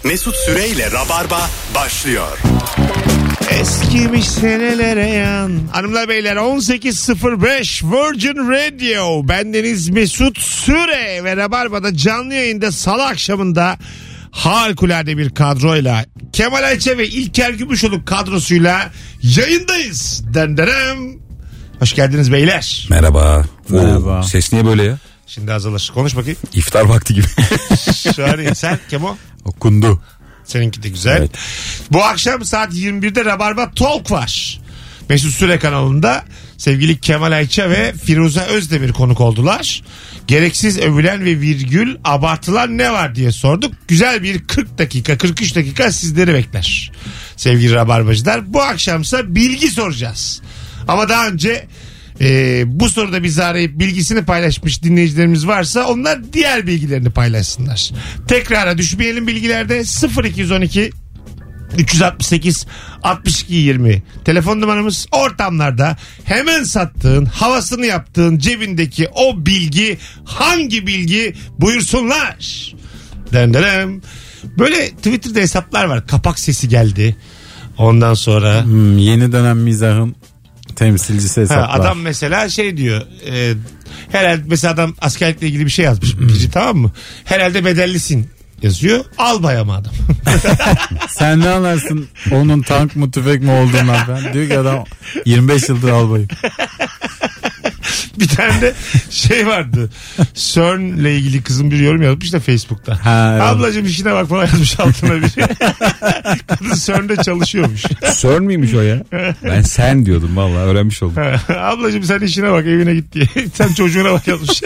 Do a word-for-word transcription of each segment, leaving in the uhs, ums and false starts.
Mesut Süreyle Rabarba başlıyor. Eskimiş senelere yan. Hanımlar beyler on sekiz sıfır beş Virgin Radio. Bendeniz Mesut Süre ve Rabarba'da canlı yayında salı akşamında harikulade bir kadroyla Kemal Ayça ve İlker Gümüşoluk kadrosuyla yayındayız. Denderem. Hoş geldiniz beyler. Merhaba. Merhaba. Oo, ses niye böyle ya? Şimdi azalır. Konuş bakayım. İftar vakti gibi. Şahane. Sen Kemo? Okundu. Seninki de güzel. Evet. Bu akşam saat yirmi birde Rabarba Talk var. Mesut Süre kanalında sevgili Kemal Ayça ve Firuze Özdemir konuk oldular. Gereksiz övülen ve virgül abartılan ne var diye sorduk. Güzel bir kırk dakika kırk üç dakika sizleri bekler. Sevgili Rabarbacılar, bu akşamsa bilgi soracağız. Ama daha önce e, bu soruda bizi arayıp bilgisini paylaşmış dinleyicilerimiz varsa onlar diğer bilgilerini paylaşsınlar. Tekrara düşmeyelim bilgilerde. Sıfır iki on iki üç altı sekiz altmış iki yirmi telefon numaramız. Ortamlarda hemen sattığın, havasını yaptığın cebindeki o bilgi hangi bilgi, buyursunlar. Dendelem. Böyle Twitter'da hesaplar var. Kapak sesi geldi. Ondan sonra hmm, yeni dönem mizahın temsilcisi hesaplar. Ha, adam mesela şey diyor. E, herhalde mesela adam askerlikle ilgili bir şey yazmış. Biri, tamam mı? Herhalde bedellisin yazıyor. Albay ama adam. Sen ne anlarsın onun tank mı tüfek mi olduğundan ben. Diyor ki adam yirmi beş yıldır albayım. Bir tane de şey vardı. CERN'le ilgili kızım bir yorum yazmış da Facebook'ta. Ha, evet. Ablacığım işine bak falan yazmış altına bir şey. Kadın CERN'de çalışıyormuş. CERN miymiş o ya? Ben sen diyordum vallahi, öğrenmiş oldum. Ablacığım sen işine bak, evine git diye. Sen çocuğuna bak yazmış.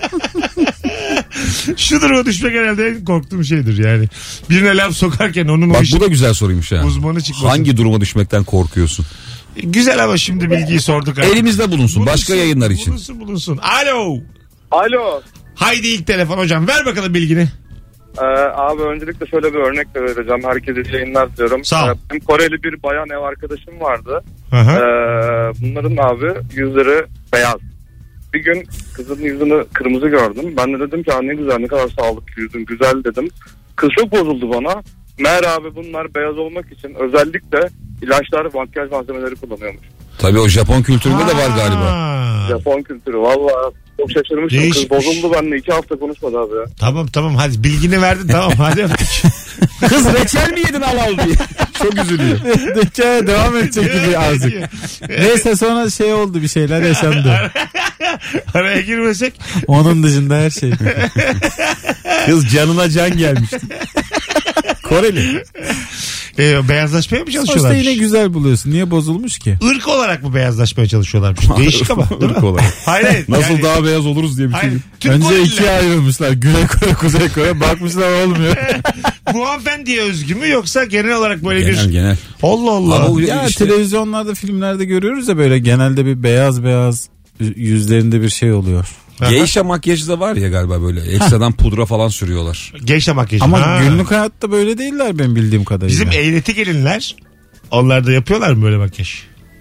Şu duruma düşmek herhalde en korktuğum şeydir yani. Birine laf sokarken onun Bak o bu da güzel soruymuş ha. uzmanı çıkmasın. Hangi duruma düşmekten korkuyorsun? Güzel ama şimdi bilgiyi sorduk. Abi. Elimizde bulunsun, bulunsun başka yayınlar için. Bulunsun bulunsun. Alo. Alo. Haydi ilk telefon hocam, ver bakalım bilgini. Ee, abi öncelikle şöyle bir örnek de vereceğim. Herkese yayınlar diyorum. Sağ ol. Ee, benim Koreli bir bayan ev arkadaşım vardı. Hı hı. Ee, bunların abi yüzleri beyaz. Bir gün kızın yüzünü kırmızı gördüm. Ben de dedim ki ne güzel, ne kadar sağlıklı yüzün, güzel dedim. Kız çok bozuldu bana. Meğer abi bunlar beyaz olmak için özellikle ilaçlar, makyaj malzemeleri kullanıyormuş. Tabii o Japon kültüründe de var galiba. Japon kültürü valla. Çok şaşırmıştım. Değişmiş. Kız bozuldu, benimle iki hafta konuşmadı abi ya. Tamam tamam hadi bilgini verdin, tamam hadi öptük. Kız reçel mi yedin al al diye. Çok üzülüyor. Hikaye devam edecek gibi azıcık. Neyse sonra şey oldu, bir şeyler yaşandı. Araya girmesek. Onun dışında her şey. Kız canına can gelmişti. Koreli. Ee, beyazlaşmaya mı Sonuçta çalışıyorlar? yine güzel buluyorsun. Niye bozulmuş ki? Irk olarak mı beyazlaşmaya çalışıyorlarmış? Değişik ama değil mi? Irk olarak. Hayır, hayır. Nasıl yani, daha beyaz oluruz diye bir şey. hayır, Türk Önce Koreliler. ikiye ayrılmışlar. Güney Kore, Kuzey Kore. Bakmışlar olmuyor. Bu hanımefendiye özgü mü yoksa genel olarak böyle Genel bir... genel. Allah Allah. Ama o Ya işte- televizyonlarda, filmlerde görüyoruz ya böyle genelde bir beyaz beyaz yüzlerinde bir şey oluyor. Geisha makyajı da var ya galiba, böyle ekstradan pudra falan sürüyorlar. Geisha makyajı. Ama Ha. günlük hayatta böyle değiller benim bildiğim kadarıyla. Bizim eğreti gelinler, onlar da yapıyorlar mı böyle makyaj?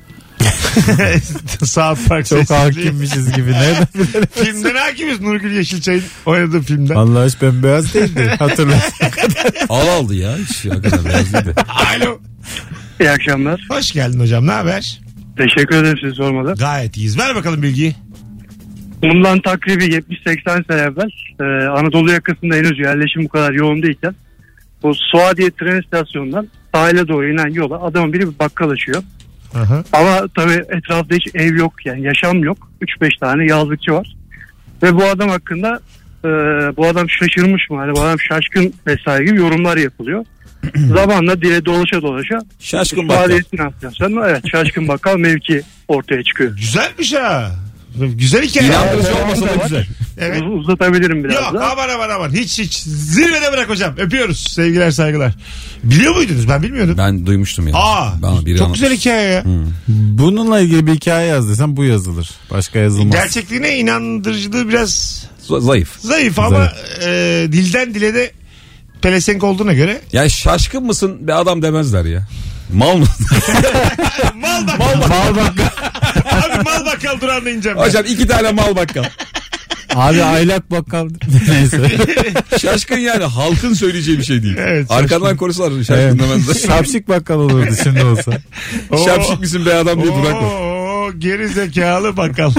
South Park çok sessizliği. hakimmişiz gibi. Nereden bilelim? Filmden hakimiz, Nurgül Yeşilçay'ın oynadığı filmden. Vallahi hiç bembeyaz değildi. Hatırlıyorum. Al aldı ya. Hiç ya kadar beyaz değildi. Alo. İyi akşamlar. Hoş geldin hocam, ne haber? Teşekkür ederim sizi sormalı. Gayet iyiyiz. Ver bakalım bilgiyi. Bundan takribi yetmiş seksen sene evvel e, Anadolu yakasında henüz yerleşim bu kadar yoğun değilken bu Suadiye tren istasyonundan sahile doğru inen yola adamın biri bir bakkal açıyor. Aha. Ama tabii etrafta hiç ev yok, yani yaşam yok. üç beş tane yazlıkçı var. Ve bu adam hakkında e, bu adam şaşırmış mı? Hani bu adam şaşkın vesaire gibi yorumlar yapılıyor. Zamanla dile dolaşa dolaşa Şaşkın bakkal. Suadiye tren istasyonu, evet, şaşkın bakkal mevki ortaya çıkıyor. Güzelmiş ha. Güzel hikaye. İnandırıcı olmasa da güzel. Evet. Uz- Uzatabilirim biraz Yok da. aman aman aman. Hiç hiç. Zirvede bırak hocam. Öpüyoruz. Sevgiler saygılar. Biliyor muydunuz? Ben bilmiyordum. Ben duymuştum ya. Aa, Bana biri çok anlatmış. güzel hikaye ya. Bununla ilgili bir hikaye yaz desem bu yazılır. Başka yazılmaz. Gerçekliğine inandırıcılığı biraz Z- Zayıf. zayıf ama e, dilden dile de pelesenk olduğuna göre. Ya şaşkın mısın be adam demezler ya. Mal mı? Mal bakkal. mal bakkal. Abi mal bakkal durağına ineceğim ben. Hocam iki tane mal bakkal. Abi aylak bakkal. Neyse. Şaşkın yani halkın söyleyeceği bir şey değil. Evet, Arkadan korusalar şaşkın Evet. demezler. Şapşik bakkal olurdu şimdi olsa. Şapşik misin be adam diye durak var. Oo, geri zekalı bakalım.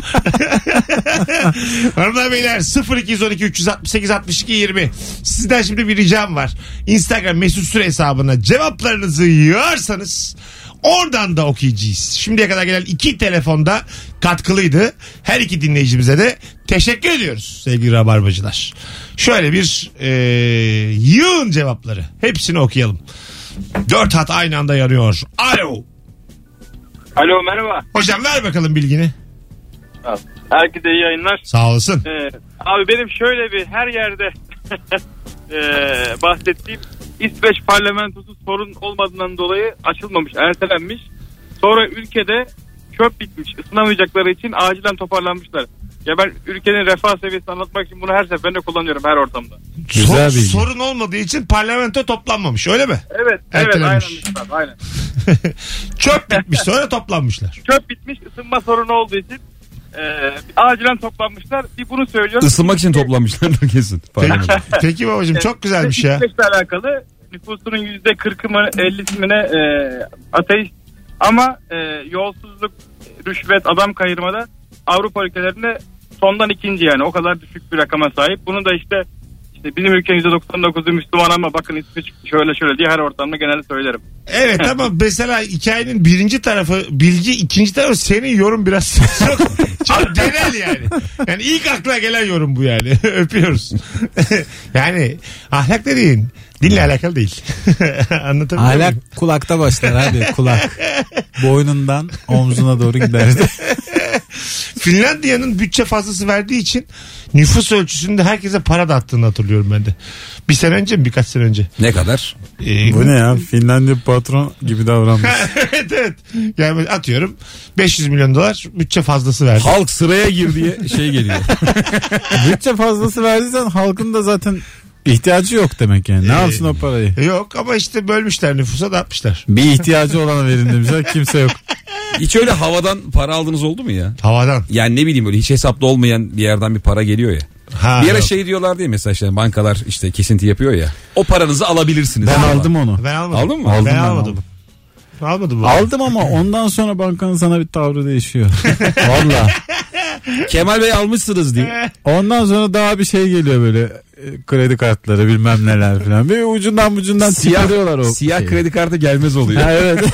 Hanımlar beyler sıfır iki on iki üç altı sekiz altmış iki yirmi. Sizden şimdi bir ricam var. Instagram mesut süre hesabına cevaplarınızı yığarsanız oradan da okuyacağız. Şimdiye kadar gelen iki telefonda katkılıydı. Her iki dinleyicimize de teşekkür ediyoruz sevgili rabarbacılar. Şöyle bir e, yığın cevapları. Hepsini okuyalım. Dört hat aynı anda yanıyor. Alo. Alo merhaba. Hocam ver bakalım bilgini. Herkese iyi yayınlar. Sağ olasın. Ee, abi benim şöyle bir her yerde e, bahsettiğim İsveç parlamentosu sorun olmadığından dolayı açılmamış, ertelenmiş. Sonra ülkede çöp bitmiş, ısınamayacakları için acilen toparlanmışlar. Ya ben ülkenin refah seviyesini anlatmak için bunu her seferinde kullanıyorum her ortamda. Güzel Sor- bilgi. sorun olmadığı için parlamento toplanmamış öyle mi? Evet, evet aynen Ertelenmiş. Mustafa, aynen. Çöp bitmiş sonra toplanmışlar. Çöp bitmiş, ısınma sorunu olduğu için e, acilen toplanmışlar. Bir bunu söylüyorum. Isınmak için toplanmışlardır kesin. Peki, peki babacığım çok güzelmiş ya. İsveç'le alakalı nüfusunun yüzde kırkı mı ellisi mi ne e, ateist ama e, yolsuzluk, rüşvet, adam kayırmada Avrupa ülkelerinde sondan ikinci, yani o kadar düşük bir rakama sahip. Bunu da işte işte bizim ülkenin yüzde doksan dokuzu Müslüman ama bakın İsveç şöyle şöyle diye her ortamda genelde söylerim. Evet ama mesela hikayenin birinci tarafı bilgi, ikinci tarafı senin yorum biraz çok, çok genel yani. Yani ilk akla gelen yorum bu yani. Öpüyoruz. Yani ahlak dediğin dinle alakalı değil. Anlatabiliyor muyum? Ahlak kulakta başlar abi, kulak. Boynundan omzuna doğru giderdi. Finlandiya'nın bütçe fazlası verdiği için nüfus ölçüsünde herkese para dağıttığını hatırlıyorum ben de. Bir sene önce mi birkaç sene önce? Ne kadar? Ee, Bu ne ya? Finlandiya patron gibi davranmış. evet evet. Yani atıyorum beş yüz milyon dolar bütçe fazlası verdi. Halk sıraya gir diye şey geliyor. Bütçe fazlası verdiysen halkın da zaten ihtiyacı yok demek yani. Ne yapsın o parayı? Yok ama işte bölmüşler nüfusa dağıtmışlar. Bir ihtiyacı olana verin demişler, kimse yok. Hiç öyle havadan para aldınız oldu mu ya? Havadan. Yani ne bileyim böyle hiç hesapta olmayan bir yerden bir para geliyor ya. Ha, Bir ara yok. şey diyorlar diye mesela işte bankalar işte kesinti yapıyor ya. O paranızı alabilirsiniz. Ben Ama- aldım onu. Ben almadım. Aldın mı? Aldım Ben ben, almadım. aldım. Almadım bu. Aldım ama ondan sonra bankanın sana bir tavrı değişiyor. Valla. Kemal Bey almışsınız diye. Ondan sonra daha bir şey geliyor böyle, e, kredi kartları bilmem neler falan. Bir ucundan ucundan çıkarıyorlar o Siyah şeyi. kredi kartı gelmez oluyor. Ha, evet.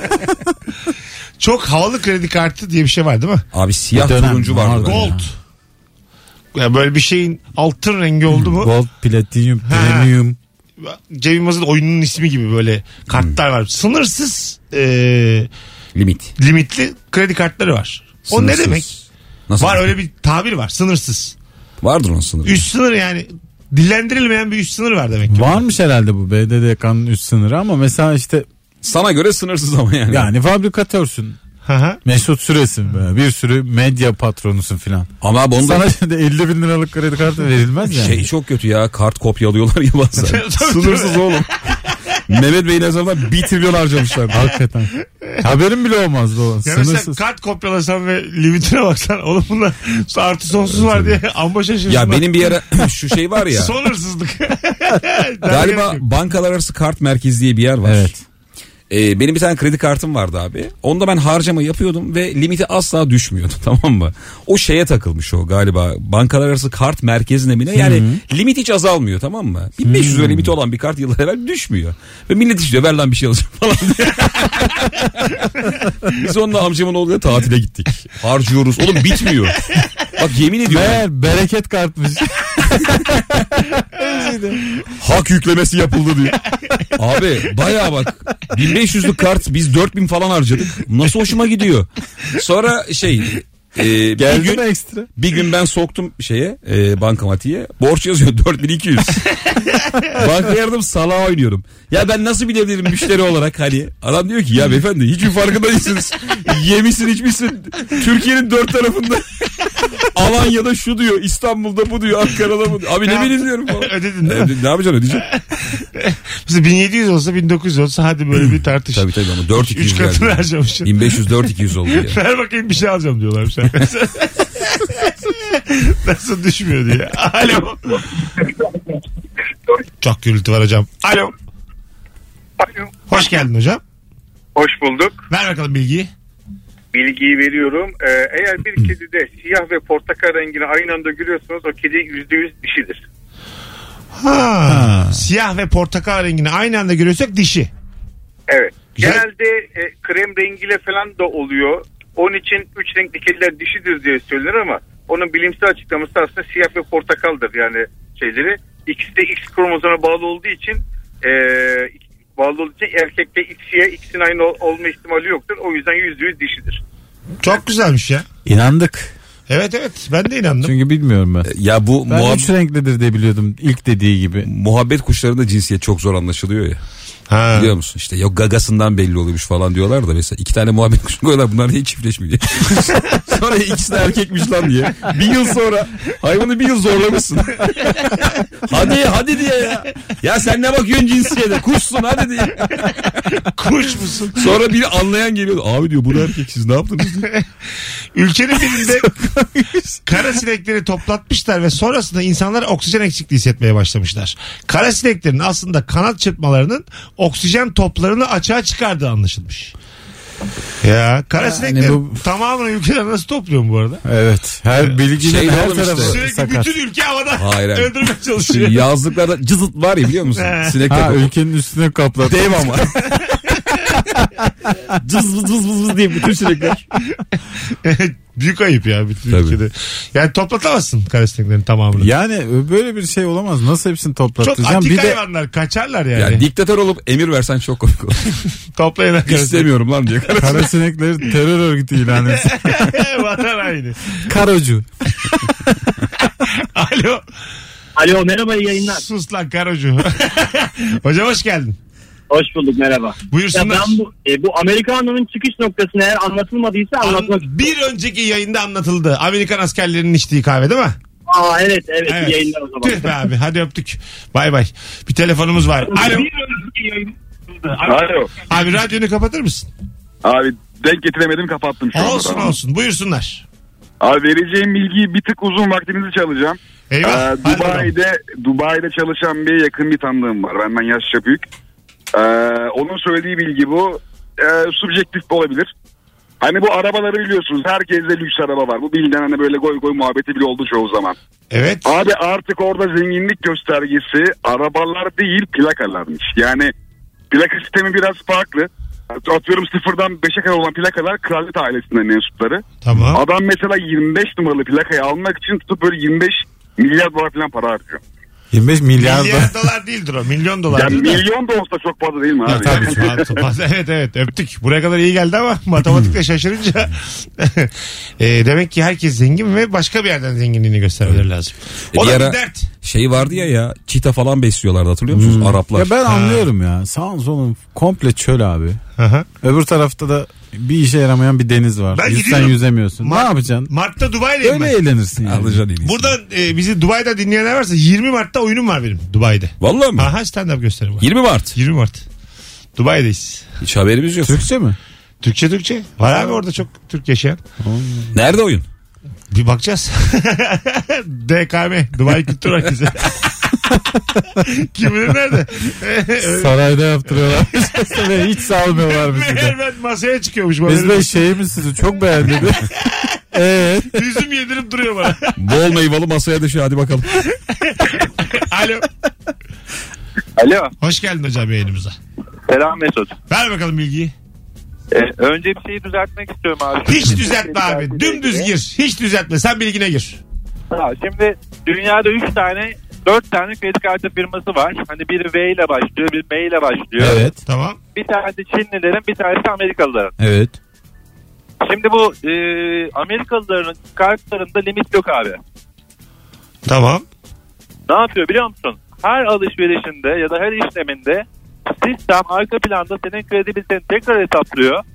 Çok havalı kredi kartı diye bir şey var değil mi? Abi siyah Bir dönem turuncu vardı. vardı. böyle. Gold. Ya böyle bir şeyin altın rengi oldu mu? Gold, platinum, Ha. premium. Cem Yılmaz'ın oyunun ismi gibi böyle kartlar var. Sınırsız e, Limit. limitli kredi kartları var. O ne Sınırsız. demek? Nasıl? Var öyle bir tabir var. Sınırsız. Vardır onun sınırı. Üst sınır yani dillendirilmeyen bir üst sınır var demek ki. Varmış herhalde bu B D D K'nın üst sınırı ama mesela işte Sana göre sınırsız ama yani. yani fabrikatörsün. Hı hı. Mesut Süresin böyle. Bir sürü medya patronusun filan. Ama bunu da Sana şimdi elli bin liralık kredi kartı verilmez yani. şey çok kötü ya, kart kopyalıyorlar ya bazen. Sınırsız oğlum. Mehmet Bey'in hesabından bir trilyon harcamışlar. Hakikaten. Haberin bile olmazdı o. Ya mesela Sınırsız. kart kopyalasan ve limitine baksan oğlum bunda artı sonsuz var diye amba şaşırsın. Ya benim bir ara şu şey var ya. Son hırsızlık. Galiba bankalar arası kart merkezi diye bir yer var. Evet. Ee, benim bir tane kredi kartım vardı abi. Onda ben harcama yapıyordum ve limiti asla düşmüyordu, tamam mı? O şeye takılmış o galiba. Bankalar arası kart merkezine mi ne? Yani Hı-hı. limit hiç azalmıyor, tamam mı? bin beş yüz lira limiti olan bir kart yıllar evvel düşmüyor. Ve millet istiyor, ver lan bir şey alacağım falan diye. Biz onunla amcamın oğluyla tatile gittik. Harcıyoruz. Oğlum bitmiyor. Bak yemin ediyorum. Meğer bereket kartmış. Hak yüklemesi yapıldı diyor. Abi bayağı bak bin beş yüzlük kart biz dört bin falan harcadık. Nasıl hoşuma gidiyor. Sonra şey e, bir Geldi gün mi ekstra? bir gün ben soktum şeye e, bankamatiğe. Borç yazıyor dört bin iki yüz. Banka yardım salağa oynuyorum. Ya ben nasıl bilebilirim müşteri olarak, hani adam diyor ki ya beyefendi hiçbir farkında değilsiniz. Yemişsin içmişsin. Türkiye'nin dört tarafında. Alanya'da şu diyor, İstanbul'da bu diyor, Ankara'da bu diyor. Abi ne bileyim diyorum falan. Ödedin değil mi? E, ne yapacaksın, ödeyeceksin? Mesela bin yedi yüz olsa bin dokuz yüz olsa hadi böyle bir tartış. Tabii tabii ama dört bin iki yüz Üç katını geldi. harcamışsın. bin beş yüz dört bin iki yüz oldu ya. Ver bakayım bir şey alacağım diyorlar. Nasıl düşmüyor diye. Alo. Çok gürültü var hocam. Alo. Alo. Hoş geldin hocam. Hoş bulduk. Ver bakalım bilgiyi. Bilgiyi veriyorum. Ee, eğer bir kedide siyah ve portakal rengini aynı anda görüyorsanız o kedi yüzde yüz dişidir. Ha, ha. Siyah ve portakal rengini aynı anda görüyorsak dişi. Evet. Güzel. Genelde e, krem rengiyle falan da oluyor. Onun için üç renkli kediler dişidir diye söylenir ama onun bilimsel açıklaması aslında siyah ve portakaldır yani şeyleri. İkisi de X kromozoma bağlı olduğu için e, bağlı olduğu için erkekte X'ye X'in aynı ol, olma ihtimali yoktur. O yüzden yüzde yüz dişidir. Çok güzelmiş ya. İnandık. Evet evet ben de inandım. Çünkü bilmiyorum ben. Ya bu Ben muhab- üç renklidir diye biliyordum ilk dediği gibi. muhabbet kuşlarında cinsiyet çok zor anlaşılıyor ya. Ha. Biliyor musun? İşte yok gagasından belli oluyormuş falan diyorlar da mesela iki tane muhabbet kuşu koyuyorlar bunlar niye çiftleşmiyor diye. Sonra ikisi de erkekmiş lan diye. Bir yıl sonra hayvanı bir yıl zorlamışsın. hadi hadi diye ya. Ya sen ne bakıyorsun cinsiyete? Kuşsun hadi diye. Kuş musun? Sonra biri anlayan geliyor. Abi diyor bu da erkek siz ne yaptınız diye. Ülkenin birinde kara sinekleri toplatmışlar ve sonrasında insanlar oksijen eksikliği hissetmeye başlamışlar. Kara sineklerin aslında kanat çırpmalarının oksijen toplarını açığa çıkardığı anlaşılmış. Ya kara Yani sinekler bu- tamamını ülkeden nasıl topluyor bu arada? Evet. Her bilginin Şey her oğlum tarafı işte. Sürekli sakat. bütün ülke havada Hayır, hayır. öldürmeye Şu çalışıyor. yazlıklarda cızıt var ya biliyor musun? He. Sinek Ha de ülkenin üstüne kapladı. dev ama. Cız vız vız vız vız diye bütün sinekler. Büyük ayıp ya bütün Tabii. ülkede. Yani toplatamazsın kara sineklerin tamamını. Yani böyle bir şey olamaz. Nasıl hepsini Çok toplatacağım? atik Bir de hayvanlar kaçarlar yani. Ya diktatör olup emir versen çok komik olur. Toplayın arkadaşlar. İstemiyorum lan diye. kara sinekleri terör örgütü ilan etsin. Vatan haini. Karocu. Alo. Alo merhaba iyi yayınlar. Sus lan karocu. Hocam hoş geldin. Hoş bulduk merhaba. Ya Buyursunlar. ben bu, e, bu Amerikana'nın çıkış noktasını eğer anlatılmadıysa An- anlatmak istiyorum. bir önceki yayında anlatıldı. Amerikan askerlerinin içtiği kahve değil mi? Aa evet evet, Evet. iyi yayınlar o zaman. Tüh be abi hadi öptük. Bay bay. Bir telefonumuz var. Alo. Alo. Abi radyonu kapatır mısın? Abi denk getiremedim kapattım şu anda. Olsun olsun buyursunlar. Abi vereceğim bilgiyi bir tık uzun vaktinizi çalacağım. Eyvah. Ee, hadi bakalım. Dubai'de Dubai'de çalışan bir yakın bir tanıdığım var. Benden yaşça büyük. Ee, onun söylediği bilgi bu. Ee, subjektif de olabilir. Hani bu arabaları biliyorsunuz. Herkeste lüks araba var. Bu bilinen hani böyle goy goy muhabbeti bile oldu çoğu zaman. Evet. Abi artık orada zenginlik göstergesi arabalar değil plakalarmış. Yani plaka sistemi biraz farklı. Atıyorum sıfırdan beşe kadar olan plakalar kraliyet ailesinden mensupları. Tamam. Adam mesela yirmi beş numaralı plakayı almak için tutup böyle yirmi beş milyar dolar falan para harcıyor. yirmi beş milyar Milyar dolar. dolar değildir o. Milyon Ya dolardır da. milyon da olsa çok fazla değil mi Ha, abi? tabii çok fazla. Evet evet öptük. Buraya kadar iyi geldi ama matematikte şaşırınca e, demek ki herkes zengin ve başka bir yerden zenginliğini göstermeleri lazım. O E, bir da ara- bir dert. Şey vardı ya ya çita falan besliyorlardı hatırlıyor musunuz? Araplar. Ya ben anlıyorum ya. Sağın solun komple çöl abi. Aha. Öbür tarafta da bir işe yaramayan bir deniz var. Ben Yüzsen gidiyorum. yüzemiyorsun. Mar- ne yapacaksın? Mart'ta Dubai'deyim Öyle ben. eğlenirsin yani. Alacaksın en iyisi. Buradan e, bizi Dubai'de dinleyenler varsa yirmi Mart'ta oyunum var benim Dubai'de. Vallahi mi? Aha stand-up gösterim var. yirmi Mart. yirmi Mart. Dubai'deyiz. Hiç haberimiz yok. Türkçe mi? Türkçe Türkçe. Var abi orada çok Türk yaşayan. Nerede oyun? Bir bakacağız. D K M. Dubai Kültür Merkezi. Kim bilir nerede? Sarayda yaptırıyorlar. Ve hiç salmıyorlar bizi de. Hemen masaya çıkıyormuş. Biz de şeyimiz sizi çok beğendik. Evet. Üzüm yedirip duruyor bana. Bol meyveli masaya düşüyor hadi bakalım. Alo. Alo. Hoş geldin hocam yayınımıza. Selam Mesut. Ver bakalım bilgiyi. Ee, önce bir şeyi düzeltmek istiyorum abi. Hiç düzeltme abi. Dümdüz gir. Hiç düzeltme. Sen bilgine gir. Ha, şimdi dünyada üç tane dört tane kredi kartı firması var. Hani biri V ile başlıyor, bir M ile başlıyor. Evet. Tamam. Bir tanesi Çinlilerin, bir tanesi Amerikalıların. Evet. Şimdi bu e, Amerikalıların kartlarında limit yok abi. Tamam. Ne yapıyor biliyor musun? Her alışverişinde ya da her işleminde sistem arka planda senin kredi limitini tekrar hesaplıyor,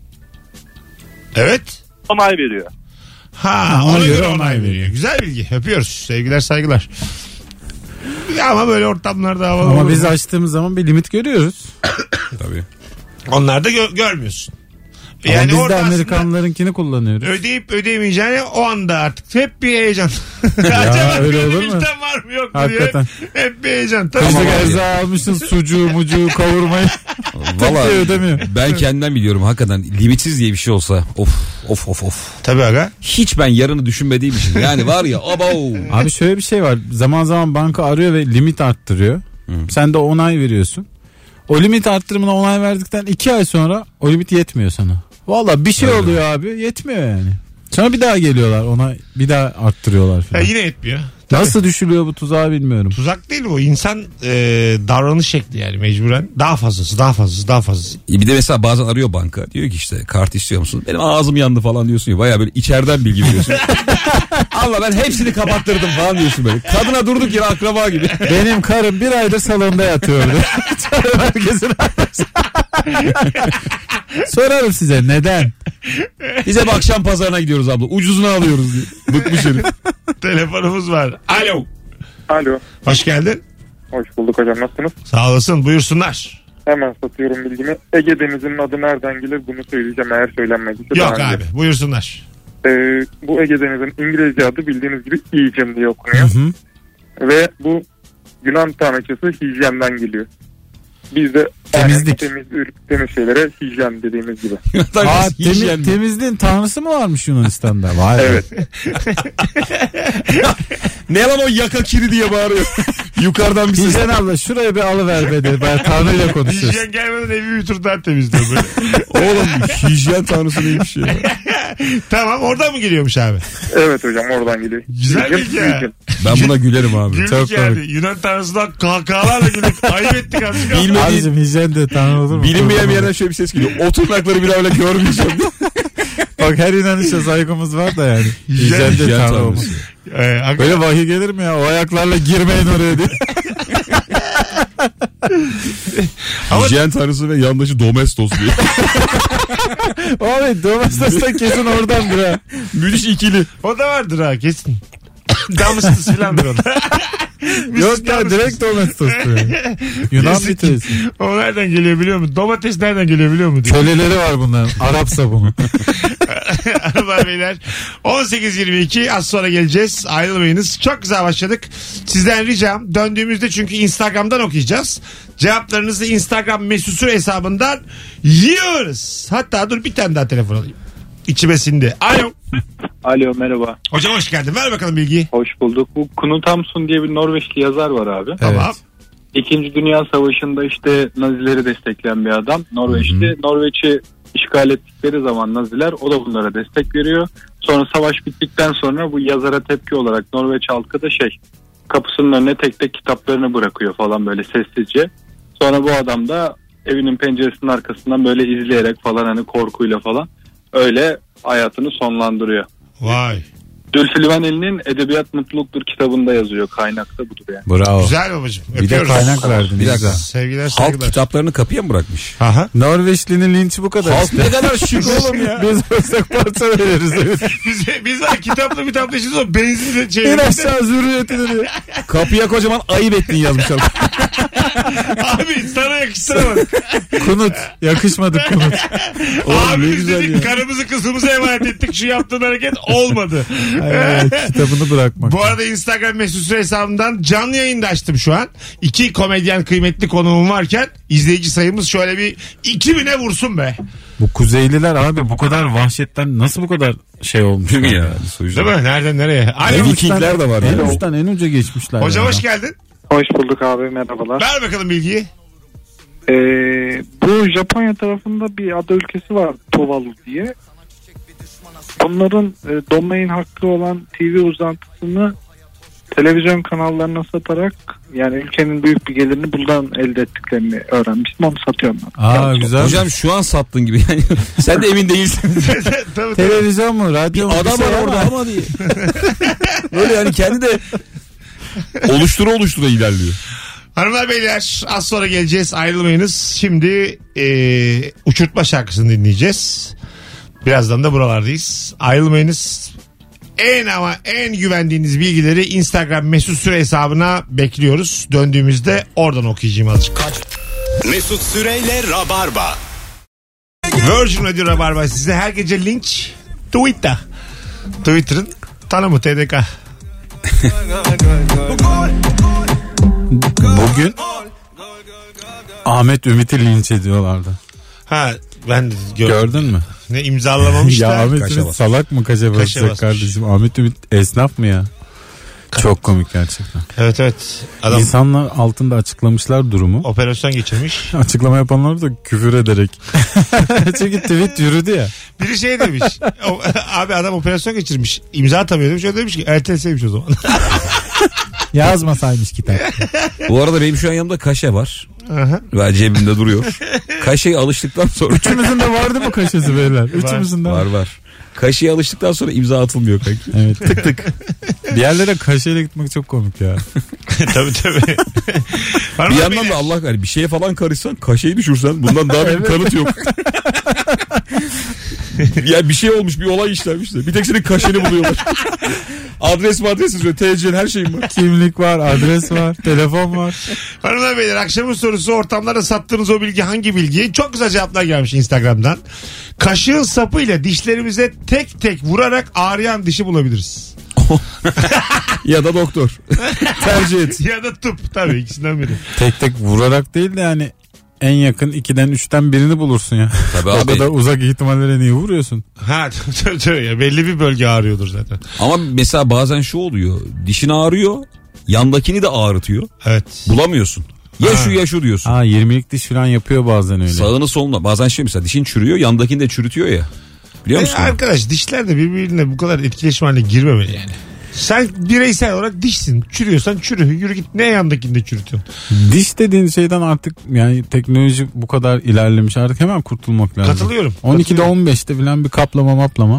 Evet. onay veriyor. Ha, ona, göre onay veriyor. Güzel bilgi. Öpüyoruz. Sevgiler saygılar. Ya ama böyle ortamlarda havalı Ama olur. biz açtığımız zaman bir limit görüyoruz. Tabii. Onlar da gö- görmüyorsun. Ama Yani biz de orada aslında Amerikanlarınkini kullanıyoruz. ödeyip ödeyemeyeceğini o anda artık hep bir heyecan. Ya, Acaba öyle olur mu? gönlümüzden var mı yok mu diye Hakikaten. hep bir heyecan. Tabii. Kızlık Tamam abi. erzağı almışsın, sucuğu mucuğu kavurmayı. Valla ödemiyor. ben kendimden biliyorum hakikaten limitsiz diye bir şey olsa of of of of. Tabii aga. Hiç ben yarını düşünmediğim için yani var ya abo. Abi şöyle bir şey var. Zaman zaman banka arıyor ve limit arttırıyor. Sen de onay veriyorsun. O limit arttırımına onay verdikten iki ay sonra o limit yetmiyor sana. Valla bir şey Öyle. oluyor abi, yetmiyor yani. Sonra bir daha geliyorlar, ona bir daha arttırıyorlar Ya falan. yine yetmiyor. Tabii. Nasıl düşülüyor bu tuzağa bilmiyorum. Tuzak değil bu. İnsan e, davranış şekli yani mecburen. Daha fazlası, daha fazlası, daha fazlası. Bir de mesela bazen arıyor banka diyor ki işte kart istiyor musun? Benim ağzım yandı falan diyorsun ya baya böyle içeriden bilgi veriyorsun. Allah ben hepsini kapattırdım falan diyorsun böyle. Kadına durduk yere akraba gibi. Benim karım bir aydır salonda yatıyordu. Çare merkezine. Sorarım size neden? Biz hep akşam pazarına gidiyoruz abla. Ucuzunu alıyoruz diye. Bıkmış herif. Telefonumuz var. Alo. Alo. Hoş geldin. Hoş bulduk hocam, nasılsınız? Sağ olasın. Buyursunlar. Hemen satıyorum bilgimi. Ege Denizi'nin adı nereden gelir bunu söyleyeceğim eğer söylenmediyse. Yok daha abi. önce. Buyursunlar. Ee, bu Ege Denizi'nin İngilizce adı bildiğiniz gibi Aegean diye okunuyor. Hı hı. Ve bu Yunan tanrıçası hijyenden geliyor. Biz de Temizlik. aynen temiz, temiz şeylere hijyen dediğimiz gibi. Aa, Hiç temiz, yani. temizliğin tanrısı mı varmış Yunanistan'da? Vay be. Evet. Ne lan o yaka kiri diye bağırıyor. Yukarıdan bir ses. Hijyen abla şuraya bir alıver be dedi. Ben tanrıyla konuşuyoruz. Hijyen gelmeden evi bir tur daha temizliyor böyle. Oğlum hijyen tanrısı neymiş ya. Tamam, oradan mı geliyormuş abi? Evet hocam, oradan geliyor. Güzel Hijyen, bilgi ya. hijyen. Ben buna gülerim abi. Güldük Çok yani. komik. Yunan tanrısından kahkahalarla güldük. Ayıp ettik azıcık. ama. Bilmediğin, Abicim hijyen de tanrı olur mu? bilinmeyen bir yerden şöyle bir ses geliyor. O tırnakları bir daha öyle görmeyeceğim diye. Bak her inanışa saygımız var da yani. Hijyen- Hijyen de hijyen tanrı tanrısı. olmaz. Ee, hakikaten- Böyle vahiy gelir mi ya? O ayaklarla girmeyin oraya diye. Ama- Hijyen tanrısı ve yandaşı domestos diye. Abi Domestos da kesin oradandır ha. Müthiş ikili. O da vardır ha kesin. Damıstıs filandır o da. Yok ya direkt Domestos yani. Yunan Kesin. bir tesis. O nereden geliyor biliyor musun? Domates nereden geliyor biliyor musun? diye. Köleleri var bunların. Arap sabunu. Hanımlar beyler on sekiz yirmi iki az sonra geleceğiz, ayrılmayınız. Çok güzel başladık. Sizden ricam döndüğümüzde çünkü Instagram'dan okuyacağız. Cevaplarınızı Instagram mesut süre hesabından yiyoruz. Hatta dur bir tane daha telefon alayım. İçime sindi. Alo. Alo, merhaba. Hocam hoş geldin. Ver bakalım bilgiyi. Hoş bulduk. Bu Knut Hamsun diye bir Norveçli yazar var abi. Tamam. İkinci Dünya Savaşı'nda işte Nazileri destekleyen bir adam. Norveçli. Norveç'i işgal ettikleri zaman Naziler, o da bunlara destek veriyor. Sonra savaş bittikten sonra bu yazara tepki olarak Norveç halkı da şey, kapısının önüne tek tek kitaplarını bırakıyor falan böyle sessizce. Sonra bu adam da evinin penceresinin arkasından böyle izleyerek falan hani korkuyla falan öyle hayatını sonlandırıyor. Vay. Zülfü Livaneli'nin Edebiyat Mutluluktur kitabında yazıyor. Kaynakta budur yani. Bravo. Güzel babacığım. Bir de Öpüyoruz. kaynak verdin. Bir dakika. Güzel. Sevgiler Halk saygılar. kitaplarını kapıya mı bırakmış? Aha. Norveçlinin linçi bu kadar. Halk işte. ne kadar şık oğlum ya. Biz olsak parça veririz. Evet. Biz, biz var kitapla bir kitapla işimiz o benzin de şey. İn aşağı zürriyetini diyor. Kapıya kocaman ayıp ettin yazmışlar. Abi sana yakıştıramadık. Kunut. Yakışmadı Kunut. Abi ne biz güzel dedik ya. karımızı kızımızı emanet ettik. Şu yaptığın hareket olmadı. Evet, kitabını bırakmak. Bu arada Instagram mesut süre hesabından canlı yayında açtım şu an. İki komedyen kıymetli konuğum varken izleyici sayımız şöyle bir iki bine vursun be. Bu Kuzeyliler abi bu kadar vahşetten nasıl bu kadar şey olmuş? Değil mi ya? Değil Soyucu. mi? Nereden nereye? Alo. En Vikingler de var En ya. uçtan en uca geçmişler. Hocam ya. hoş geldin. Hoş bulduk abi, merhabalar. Ver bakalım bilgiyi. Ee, bu Japonya tarafında bir ada ülkesi var, Tuvalu diye. Bunların e, domain hakkı olan T V uzantısını televizyon kanallarına satarak yani ülkenin büyük bir gelirini buradan elde ettiklerini öğrenmiştim. Onu satıyorum. Aa güzel. Hocam şu an sattın gibi yani. Sen de emin değilsin. tabii, tabii. Televizyon mu radyo mu? Adam Bir şey var orada ama. ama diye. Böyle yani kendi de oluştura oluştura ilerliyor. Hanımlar beyler az sonra geleceğiz, ayrılmayınız. Şimdi e, uçurtma şarkısını dinleyeceğiz. Birazdan da buralardayız. Ayrılmayınız. En ama en güvendiğiniz bilgileri Instagram mesut süre hesabına bekliyoruz. Döndüğümüzde oradan okuyacağım azıcık. Mesut Süreyle Rabarba. Virgin Radio Rabarba size her gece linç Twitter. Twitter'ın tanımı T D K. Bugün Ahmet Ümit'i linç ediyorlardı. Ha ben de gördüm. Gördün mü? Ne imzalamamışlar. Ya Ahmet Kaşa Ümit bas. salak mı kaşa Kaşa basacak basmış. kardeşim? Ahmet Ümit esnaf mı ya? Çok komik gerçekten. Evet evet. Adam İnsanlar altında açıklamışlar durumu. operasyon geçirmiş. Açıklama yapanlar da küfür ederek. Çünkü tweet yürüdü ya. Biri şey demiş. o- abi adam operasyon geçirmiş. İmza atamıyor demiş. O demiş ki erteleseymiş o zaman. Yazmasaymış kitap. Bu arada benim şu an yanımda kaşe var. Aha. Ve cebimde duruyor. Kaşeye alıştıktan sonra... Üçümüzün de vardı mı kaşesi beyler? Üçümüzün de Var var. Kaşeye alıştıktan sonra imza atılmıyor kanki. Evet. Tık tık. Bir yerlere kaşeyle gitmek çok komik ya. tabii tabii. Bir yandan da Allah hani bir şeye falan karışsan kaşeyi düşürsen bundan daha büyük kanıt yok. Ya bir şey olmuş, bir olay işlenmiş de bir tek senin kaşeni buluyorlar. Adres mi adres yazıyor, T C'nin her şeyin var. Kimlik var, adres var, telefon var. Hanımlar beyler akşamın sorusu ortamlarda sattığınız o bilgi hangi bilgi? Çok güzel cevaplar gelmiş Instagram'dan. Kaşığın sapıyla dişlerimize tek tek vurarak ağrıyan dişi bulabiliriz. Ya da doktor. Tercih et. Ya da tıp tabii ikisinden biri. Tek tek vurarak değil de yani en yakın ikiden üçten birini bulursun ya. Tabii O abi. kadar uzak ihtimallere niye vuruyorsun? Ha tabii tabii ya belli bir bölge ağrıyordur zaten. Ama mesela bazen şu oluyor. Dişin ağrıyor, yandakini de ağrıtıyor. Evet. Bulamıyorsun. Ya Ha. şu ya şu diyorsun. Aa yirmilik diş falan yapıyor bazen öyle. Sağını soluna. Bazen şey mesela dişin çürüyor, yandakini de çürütüyor ya. Biliyor E, musun? arkadaş dişler de birbirine bu kadar etkileşim haline girmemeli yani. Sen bireysel olarak dişsin. Çürüyorsan çürü. Yürü git ne yandakini de çürütüyorsun. Diş dediğin şeyden artık yani teknoloji bu kadar ilerlemiş artık hemen kurtulmak lazım. Katılıyorum. on ikide Katılıyorum. on beşte falan bir kaplama maplama.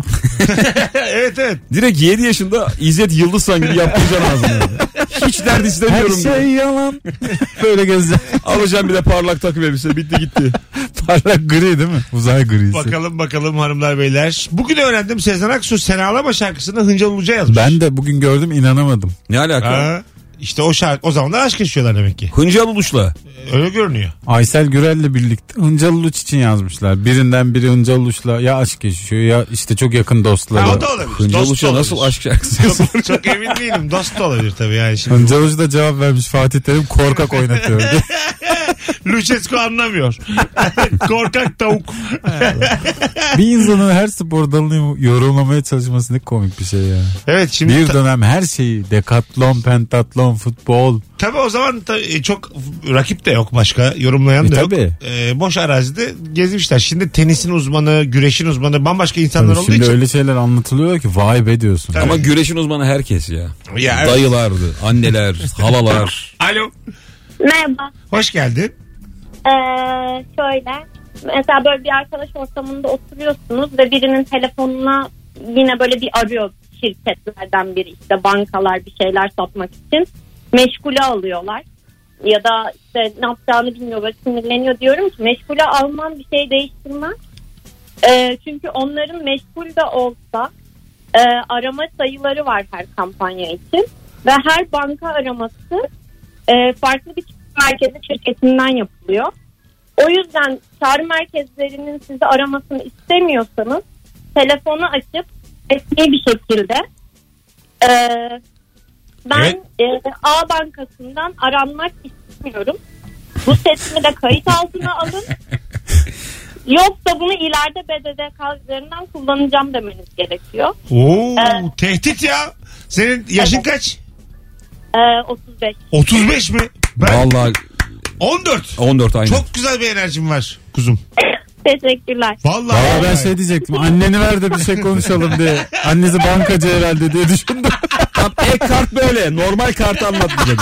evet evet. Direkt yedi yaşında İzzet Yıldızhan gibi yaptıracaksın ağzını. Yani. Hiç dert istemiyorum. Her şey yalan. Böyle gezecek. Alacağım bir de parlak takım elbise. Bitti gitti. Parlak gri değil mi? Uzay grisi. Bakalım bakalım hanımlar beyler. Bugün öğrendim Sezen Aksu Sen Ağlama şarkısını Hıncal Uluca yazmış. Ben de bugün gördüm inanamadım. Ne alaka? Ha, işte o şarkı o zamanlar aşk yaşıyorlar demek ki. Hıncal Uluş'la. Öyle görünüyor. Aysel Gürel'le birlikte Hıncal Uluç için yazmışlar. Birinden biri Hıncal Uluç'la ya aşk yaşıyor ya işte çok yakın dostları. Ha, o da olabilir. Hıncal Dost da Uluş'a nasıl olabilir. aşk şarkısı? Çok, çok emin değilim. Dost da olabilir tabii yani. Şimdi Hıncal Uluç da cevap vermiş Fatih Terim korkak oynatıyor. Lucescu anlamıyor. Korkak tavuk. Bir insanın her spor dalını yorumlamaya çalışması ne komik bir şey ya. Evet şimdi Bir ta- dönem her şeyi dekatlon, pentatlon, futbol. tabii o zaman ta- e, çok rakip de yok başka yorumlayan E, da yok. tabii. E, boş arazide gezmişler. Şimdi tenisin uzmanı, güreşin uzmanı bambaşka insanlar olduğu Şimdi için. öyle şeyler anlatılıyor ki vay be diyorsun. Tabii. Ama güreşin uzmanı herkes ya. Ya, evet. Dayılardı, anneler, halalar. Alo. Merhaba. Hoş geldin. Ee, şöyle mesela böyle bir arkadaş ortamında oturuyorsunuz ve birinin telefonuna yine böyle bir arıyor şirketlerden biri işte bankalar bir şeyler satmak için meşgule alıyorlar ya da işte ne yapacağını bilmiyor böyle sinirleniyor diyorum ki meşgule alman bir şey değiştirmez. Ee, çünkü onların meşgul de olsa e, arama sayıları var her kampanya için ve her banka araması e, farklı bir merkezi şirketinden yapılıyor. O yüzden çağrı merkezlerinin sizi aramasını istemiyorsanız telefonu açıp resmi bir şekilde e, ben Evet. e, A bankasından aranmak istemiyorum. Bu sesimi de kayıt altına alın. Yoksa bunu ileride B D D K üzerinden kullanacağım demeniz gerekiyor. Oo, Evet. tehdit ya. Senin yaşın Evet. kaç? E, otuz beş. otuz beş mi? Ben Vallahi on dört. on dört aynen. Çok güzel bir enerjim var kuzum. Teşekkürler. Vallahi. Valla ben vallahi. şey diyecektim anneni ver de bir şey konuşalım diye. Annesi bankacı herhalde diye düşündüm. Tam ek kart böyle. Normal kart anlatmayacak.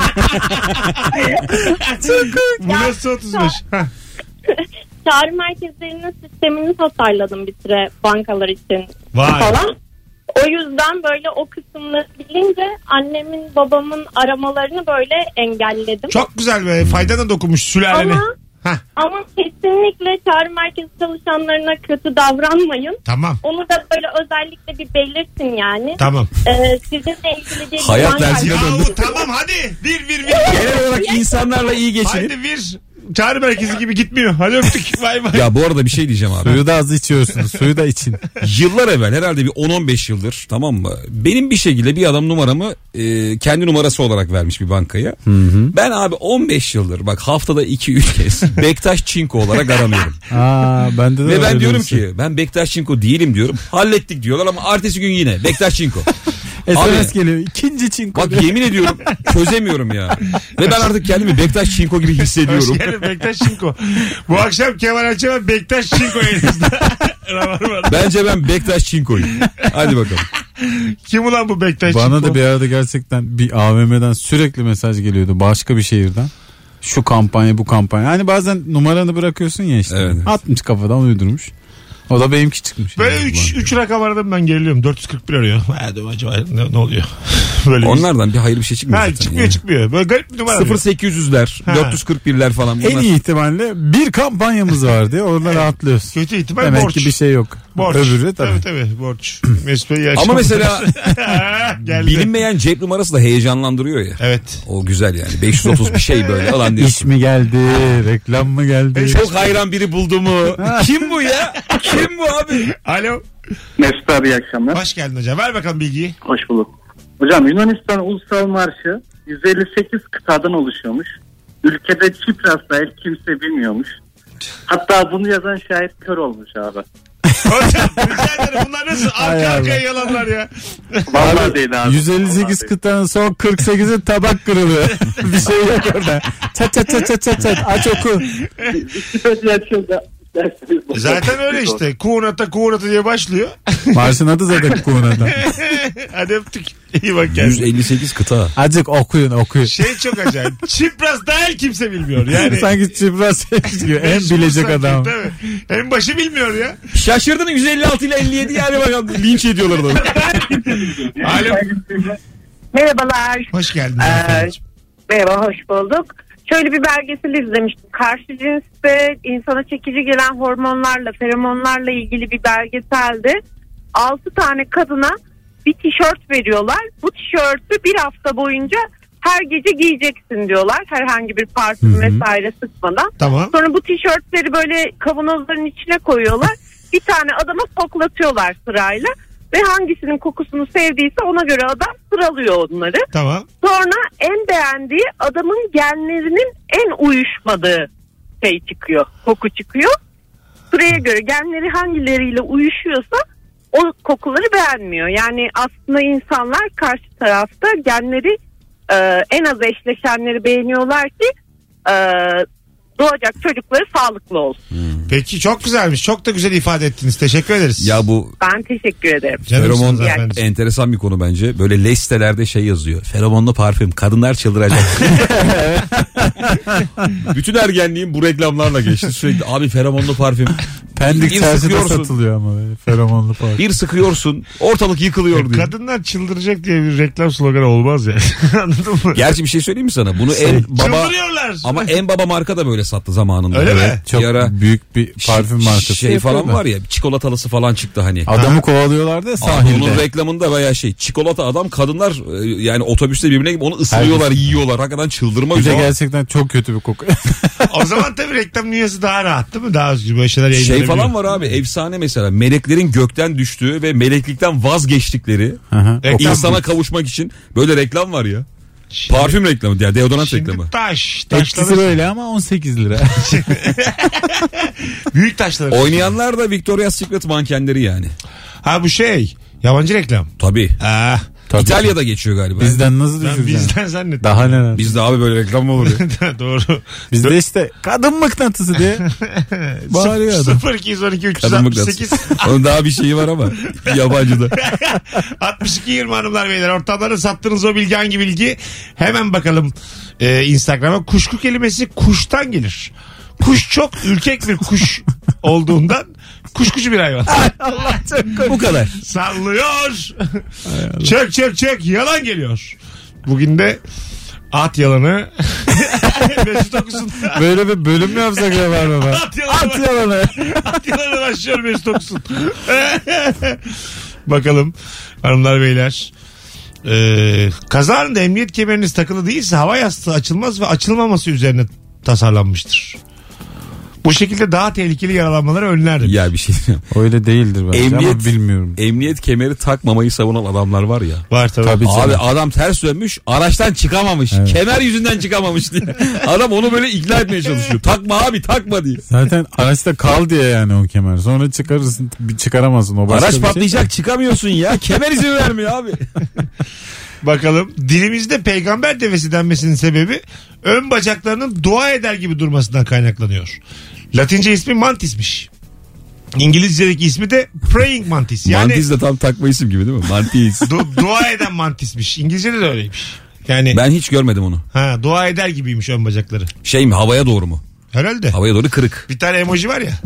Bu nasıl otuz beş? Hah. Çağrı merkezlerinin sistemini tasarladım bir süre bankalar için Vay. falan. O yüzden böyle o kısımları bilince annemin babamın aramalarını böyle engelledim. Çok güzel be. Fayda da dokunmuş sülalene. Ama, Hah, ama kesinlikle çağrı merkezi çalışanlarına kötü davranmayın. tamam. Onu da böyle özellikle bir belirtin yani. Tamam. Ee, sizinle ilgili değil. Hayat banka- dersine Yahu döndü. tamam hadi. Bir bir bir. Genel olarak insanlarla iyi geçinin. Haydi bir. çağrı merkezi gibi gitmiyor. Hadi öptük. Bay bay. Ya bu arada bir şey diyeceğim abi. Suyu da az içiyorsunuz. Suyu da için. Yıllar evvel herhalde bir on on beş yıldır, tamam mı? Benim bir şekilde bir adam numaramı e, kendi numarası olarak vermiş bir bankaya. Hı hı. Ben abi on beş yıldır bak haftada iki üç kez Bektaş Çinko olarak aranıyorum. Aa, bende de Ve ben diyorum şey. ki ben Bektaş Çinko değilim diyorum. Hallettik diyorlar ama ertesi gün yine Bektaş Çinko. S M S Abi, geliyor. İkinci çinko. Bak yemin ediyorum çözemiyorum ya. Ve ben artık kendimi Bektaş Çinko gibi hissediyorum. Hoş geldin Bektaş Çinko. Bu akşam Kemal Ayça ve Bektaş Çinko yayınımızda. Bence ben Bektaş Çinko'yum. Hadi bakalım. Kim ulan bu Bektaş Bana Çinko? da bir arada gerçekten bir A V M'den sürekli mesaj geliyordu. Başka bir şehirden. Şu kampanya bu kampanya. Hani bazen numaranı bırakıyorsun ya işte. Evet. Atmış kafadan uydurmuş. O da benimki çıkmış. Böyle yani. üç rakam aradım ben geriliyorum. dört yüz kırk bir arıyor. Hadi acaba ne, ne oluyor? Böyle Onlardan bir hayır bir şey çıkmıyor Ha, zaten. çıkmıyor ya. çıkmıyor. Böyle garip bir numara. sıfır sekiz yüzler, Ha. dört yüz kırk birler falan. Bunlar. En iyi ihtimalle bir kampanyamız var diye orada rahatlıyoruz. Kötü ihtimal Demek borç. ki bir şey yok. Borç. Öbürü tabii. Tabii tabii borç. Mesut Bey iyi Ama mesela Geldi. bilinmeyen cep numarası da heyecanlandırıyor ya. Evet. O güzel yani. beş yüz otuz bir şey böyle alan İş diyorsun. mi geldi? Reklam mı geldi? Çok hayran biri buldu mu? Kim bu ya? Kim bu abi? Alo. Mesut abi iyi akşamlar. Hoş geldin hocam. Ver bakalım bilgiyi. Hoş bulduk. Hocam Yunanistan Ulusal Marşı yüz elli sekiz kıtadan oluşuyormuş. Ülkede Çipras dahil kimse bilmiyormuş. Hatta bunu yazan şair kör olmuş abi. Hocam rica ederim. Bunlar nasıl arka Hay arkaya Allah. yalanlar ya. Vallahi değil abi. yüz elli sekiz Vallahi değil. kıtanın son kırk sekizi tabak kırılıyor. Bir şey yok orada. Çat çat çat çat çat çat. Aç oku. Wikipedia açıldı. Zaten öyle işte. Kuğunata kuğunata diye başlıyor. Marşın adı zaten Kuğuna'da. Hadi öptük. İyi bak yüz kendine. elli sekiz kıta. Azıcık okuyun okuyun. Şey çok acayip. Çipras dahil kimse bilmiyor. Yani Sanki Çipras gibi en bilecek sanki, adam. Tabii. En başı bilmiyor ya. Şaşırdın yüz elli altı ile elli yedi yani bakalım linç ediyorlar onu. Alo. Merhabalar. Hoş geldin. Ee, merhaba, hoş bulduk. Şöyle bir belgesel izlemiştim. Karşı cinste insana çekici gelen hormonlarla, feromonlarla ilgili bir belgeseldi. Altı tane kadına bir tişört veriyorlar. Bu tişörtü bir hafta boyunca her gece giyeceksin diyorlar. Herhangi bir parfüm vesaire sıkmadan. Tamam. Sonra bu tişörtleri böyle kavanozların içine koyuyorlar. Bir tane adama koklatıyorlar sırayla. Ve hangisinin kokusunu sevdiyse ona göre adam sıralıyor onları. Tamam. Sonra en beğendiği adamın genlerinin en uyuşmadığı şey çıkıyor. Koku çıkıyor. Sıraya göre genleri hangileriyle uyuşuyorsa o kokuları beğenmiyor. Yani aslında insanlar karşı tarafta genleri e, en az eşleşenleri beğeniyorlar ki e, doğacak çocukları sağlıklı olsun. Peki çok güzelmiş. Çok da güzel ifade ettiniz. Teşekkür ederiz. Ya bu Ben teşekkür ederim. Canımsınız feromon efendim. enteresan bir konu bence. Böyle listelerde şey yazıyor. Feromonlu parfüm. Kadınlar çıldıracak. Bütün ergenliğim bu reklamlarla geçti. Sürekli abi feromonlu parfüm. Pendik Bir çarşıda sıkıyorsun. satılıyor ama böyle feromonlu parfüm. Bir sıkıyorsun. Ortalık yıkılıyor diye. Kadınlar çıldıracak diye bir reklam sloganı olmaz yani. Anladın mı? Gerçi bir şey söyleyeyim mi sana? Bunu en baba Çıldırıyorlar. ama en baba marka da böyle sattı zamanında. Öyle mi? Çok Bir ara büyük bir parfüm Ş- markası. Şey falan yapıyorlar. var ya çikolatalısı falan çıktı hani. Adamı kovalıyorlardı ya Abi sahilde. onun reklamında bayağı şey çikolata adam kadınlar e, yani otobüste birbirine gibi onu ısırıyorlar yiyorlar. Hakikaten çıldırma Bir de üzere. gerçekten çok kötü bir koku. O zaman tabii reklam dünyası daha rahat değil mi? Daha özgür böyle şeyler Şey yayınlanabiliyor. falan var abi efsane mesela meleklerin gökten düştüğü ve meleklikten vazgeçtikleri Aha. Reklam insana bu. kavuşmak için böyle reklam var ya. Şimdi- Parfüm reklamı ya deodorant Şimdi reklamı. taş. Etkisi Taşları. böyle ama on sekiz lira. Büyük taşları. Oynayanlar da Victoria's Secret mankenleri yani. Ha bu şey. Yabancı reklam. Tabii. Ah. Tabii. İtalya'da geçiyor galiba. Bizden nasıl Ben düşüreceksin? bizden zannettim. Daha neler? Bizde abi böyle reklam mı olur ya? Doğru. Bizde işte kadın mıknatısı diye bağırıyor adam. sıfır iki yüz on iki üç yüz Kadın altmış mıknatısı. sekiz Onun daha bir şeyi var ama yabancıda. altmış iki yirmi hanımlar beyler. Ortamlara sattığınız o bilgi hangi bilgi? Hemen bakalım e, Instagram'a. Kuşku kelimesi kuştan gelir. Kuş çok ürkek bir kuş olduğundan kuşkucu bir hayvan. Bu kadar. Sallıyor. Çök çök çök. Yalan geliyor. Bugün de at yalanı. Mesut okusun. Böyle bir bölüm mü yapsak ya var baba? At yalanı. At yalanı. At yalanı başlıyor Mesut okusun. Bakalım hanımlar beyler. Ee, kaza anında emniyet kemeriniz takılı değilse hava yastığı açılmaz ve açılmaması üzerine tasarlanmıştır. Bu şekilde daha tehlikeli yaralanmaları önlerdim. Ya bir şey diyeyim. Öyle değildir bence Emniyet, ama bilmiyorum. Emniyet kemeri takmamayı savunan adamlar var ya. Var tabii. Tabii Abi canım. adam ters dönmüş, araçtan çıkamamış. Evet. Kemer yüzünden çıkamamış diye. Adam onu böyle ikna etmeye çalışıyor. Takma abi, takma diye. Zaten araçta kal diye yani o kemer. Sonra çıkarırsın, bir çıkaramazsın. O başka Araç bir şey. patlayacak, çıkamıyorsun ya. Kemer izin vermiyor abi. Bakalım, dilimizde peygamber devesi denmesinin sebebi ön bacaklarının dua eder gibi durmasından kaynaklanıyor. Latince ismi mantismiş. İngilizce'deki ismi de praying mantis. Yani Mantis de tam takma isim gibi değil mi? Mantis. du- dua eden mantismiş. İngilizce'de de öyleymiş. Yani Ben hiç görmedim onu. ha, dua eder gibiymiş ön bacakları. Şey mi, havaya doğru mu? Herhalde. Havaya doğru kırık. Bir tane emoji var ya.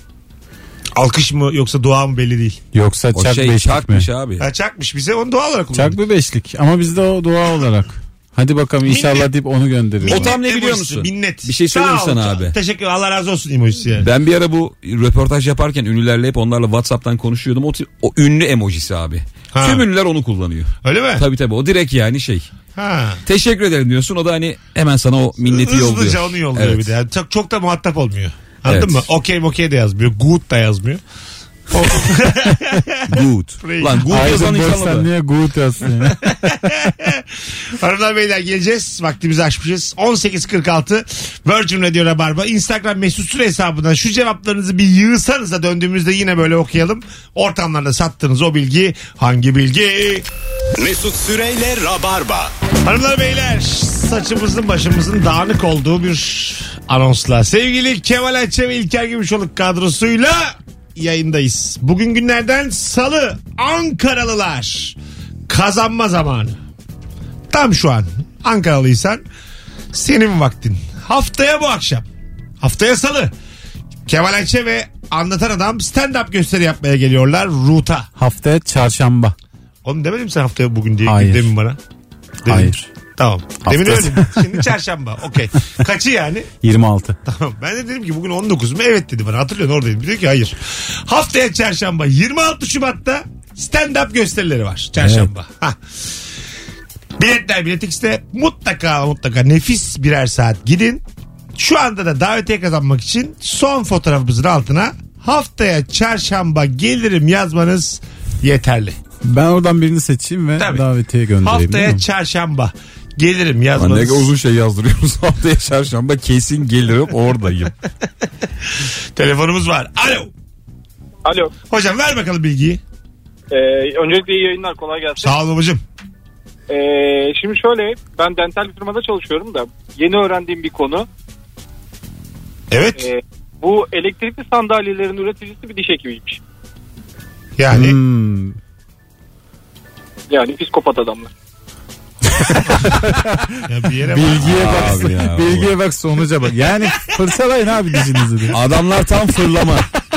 Alkış mı yoksa dua mı belli değil. Yoksa O çak şey beşlik mi? çakmış abi. Ha, çakmış bize, onu dua olarak kullandık. Çak bir beşlik ama bizde o dua olarak. Hadi bakalım inşallah Minnet. deyip onu gönderiyor. O tam ne biliyor emojisi, musun? Minnet. Bir şey söyleyeyim Sağ ol, sana sağ ol. abi. Teşekkür, Allah razı olsun emojisi yani. Ben bir ara bu röportaj yaparken ünlülerle hep onlarla WhatsApp'tan konuşuyordum. O, o ünlü emojisi abi. Ha. Tüm ünlüler onu kullanıyor. Öyle mi? Tabii tabii, o direkt yani şey. Ha. Teşekkür ederim diyorsun, o da hani hemen sana o minneti yolluyor. Hızlıca onu yolluyor Evet. bir de. Yani çok, çok da muhatap olmuyor. Anladın Evet. mı? Okey okey de yazmıyor. Good da yazmıyor. O- Good. Lan good yazan Aydın boş inşallah sen da. niye good yazsın ya? Hanımlar beyler, geleceğiz. Vaktimizi aşmışız. on sekiz kırk altı Virgin Radio Rabarba. Instagram mesut süre hesabından şu cevaplarınızı bir yığsanız da döndüğümüzde yine böyle okuyalım. Ortamlarda sattığınız o bilgi hangi bilgi? Mesut Süreyle Rabarba. Hanımlar beyler, saçımızın başımızın dağınık olduğu bir anonsla sevgili Kemal Ayça ve İlker Gümüşoluk kadrosuyla yayındayız. Bugün günlerden salı, Ankaralılar kazanma zamanı. Tam şu an Ankaralıysan senin vaktin. Haftaya bu akşam, haftaya salı, Kemal Ayça ve Anlatan Adam stand-up gösteri yapmaya geliyorlar Ruta. Haftaya çarşamba. Onu demedim sen haftaya bugün diye. Hayır. Demin bana. Demin. Hayır. Tamam. Demin Haftası. öyle. Şimdi çarşamba. Okey. Kaçı yani? yirmi altı. Tamam. Ben de dedim ki bugün on dokuz mu? Evet dedi bana. Hatırlıyorsun, oradaydım. Diyor ki hayır. Haftaya çarşamba yirmi altı Şubat'ta stand-up gösterileri var. Çarşamba. Hah. Biletler Bilet X'te mutlaka mutlaka nefis birer saat gidin. Şu anda da davetiye kazanmak için son fotoğrafımızın altına haftaya çarşamba gelirim yazmanız yeterli. Ben oradan birini seçeyim ve Tabii. davetiye göndereyim. değil Haftaya mi? çarşamba gelirim Lan ne yazmanız. uzun şey yazdırıyoruz. Haftaya çarşamba kesin gelirim, oradayım. Telefonumuz var. Alo. Alo. Hocam ver bakalım bilgiyi. Ee, öncelikle iyi yayınlar, kolay gelsin. Sağ ol babacığım. Ee, şimdi şöyle, ben dental bir firmada çalışıyorum da yeni öğrendiğim bir konu. Evet. Ee, bu elektrikli sandalyelerin üreticisi bir diş hekimiymiş. Yani Hmm. Yani psikopat adamlar. ya bir yere bak. Bilgiye bak. Abi ya, bilgiye bak, sonuca bak. Yani fırçalayın abi dişinizi diye. Adamlar tam fırlama.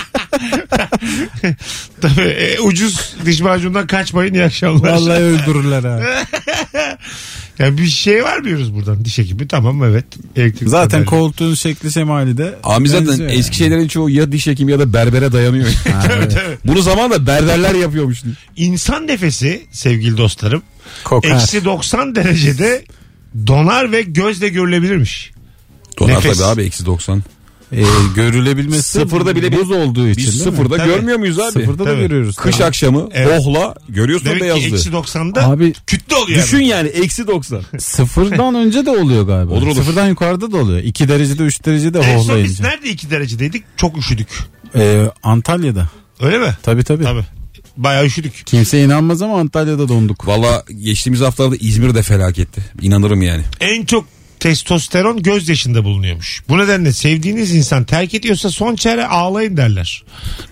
Tabii, e, ucuz diş macundan kaçmayın, iyi akşamlar. Vallahi öldürürler ha. Ya bir şey var diyoruz buradan, diş hekimi, tamam evet. Elektrik Zaten sandalye. koltuğun şekli şemali de Abi zaten benziyor eski şeylerin çoğu ya diş hekimi ya da berbere dayanıyor. Ha, evet. Tabii. Bunu zamanında berberler yapıyormuş. İnsan nefesi sevgili dostlarım Kokar. eksi doksan derecede donar ve gözle görülebilirmiş. Donar Nefes. tabii abi, eksi doksan. Ee, görülebilmesi Sıfırda bile bir- buz olduğu için Biz değil mi? sıfırda Tabii. görmüyor muyuz abi? Sıfırda da Tabii. görüyoruz. Kış Tabii. akşamı Evet. ohla görüyorsun Demek ki beyazlığı. eksi doksanda Abi kütle oluyor. Düşün yani. yani eksi doksan. sıfırdan önce de oluyor galiba. Olur, olur. Sıfırdan yukarıda da oluyor. iki derecede üç derecede En son biz hohlayınca. nerede iki derecedeydik? Çok üşüdük. Ee, Antalya'da. Öyle mi? Tabii tabii. Tabii. Bayağı üşüdük. Kimse inanmaz ama Antalya'da donduk. Valla geçtiğimiz haftalarda İzmir de felaketti. İnanırım yani. En çok testosteron gözyaşında bulunuyormuş. Bu nedenle sevdiğiniz insan terk ediyorsa son çare ağlayın derler.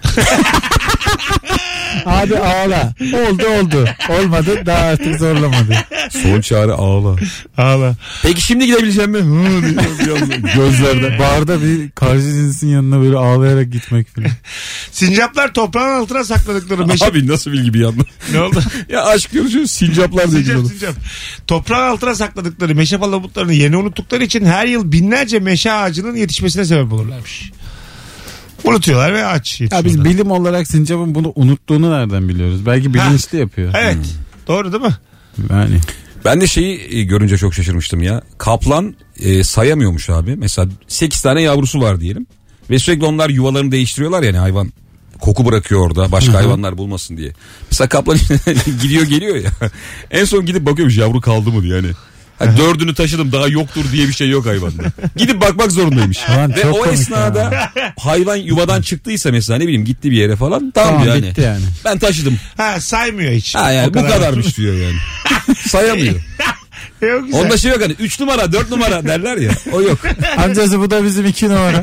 Abi ağla. Oldu oldu. Olmadı daha artık zorlamadı. Son çare ağla. Ağla. Peki şimdi gidebileceğim mi? Hı diyor bir anda. Gözlerde. Barda bir karşı cinsin yanına böyle ağlayarak gitmek falan. Sincaplar toprağın altına sakladıkları meşe... Abi nasıl bilgi bir anda? Ne oldu? Ya aşk görüşürüz sincaplar diye Sincap gidiyordu. sincap. Toprağın altına sakladıkları meşe palamutlarını yeni unuttukları için her yıl binlerce meşe ağacının yetişmesine sebep olurlarmış. Unutuyorlar ve ağaç Ya yetişiyor. biz bilim olarak sincapın bunu unuttuğunu nereden biliyoruz? Belki bilinçli yapıyor. Evet. Doğru değil mi? Yani. Ben de şeyi görünce çok şaşırmıştım ya. Kaplan e, sayamıyormuş abi. Mesela sekiz tane yavrusu var diyelim. Ve sürekli onlar yuvalarını değiştiriyorlar yani hayvan. Koku bırakıyor orada başka Hı-hı. hayvanlar bulmasın diye. Mesela kaplan gidiyor geliyor ya. En son gidip bakıyormuş yavru kaldı mı diye yani. Ha, dördünü taşıdım daha yoktur diye bir şey yok hayvanda. Gidip bakmak zorundaymış. Aman, ve o esnada ya. Hayvan yuvadan çıktıysa mesela ne bileyim gitti bir yere falan. Tamam, tamam yani. Bitti yani. Ben taşıdım. Ha saymıyor hiç. Ha yani bu kadar. kadarmış diyor yani. Sayamıyor. Onda şey yok hani üç numara dört numara derler ya. O yok. Amcası bu da bizim iki numara.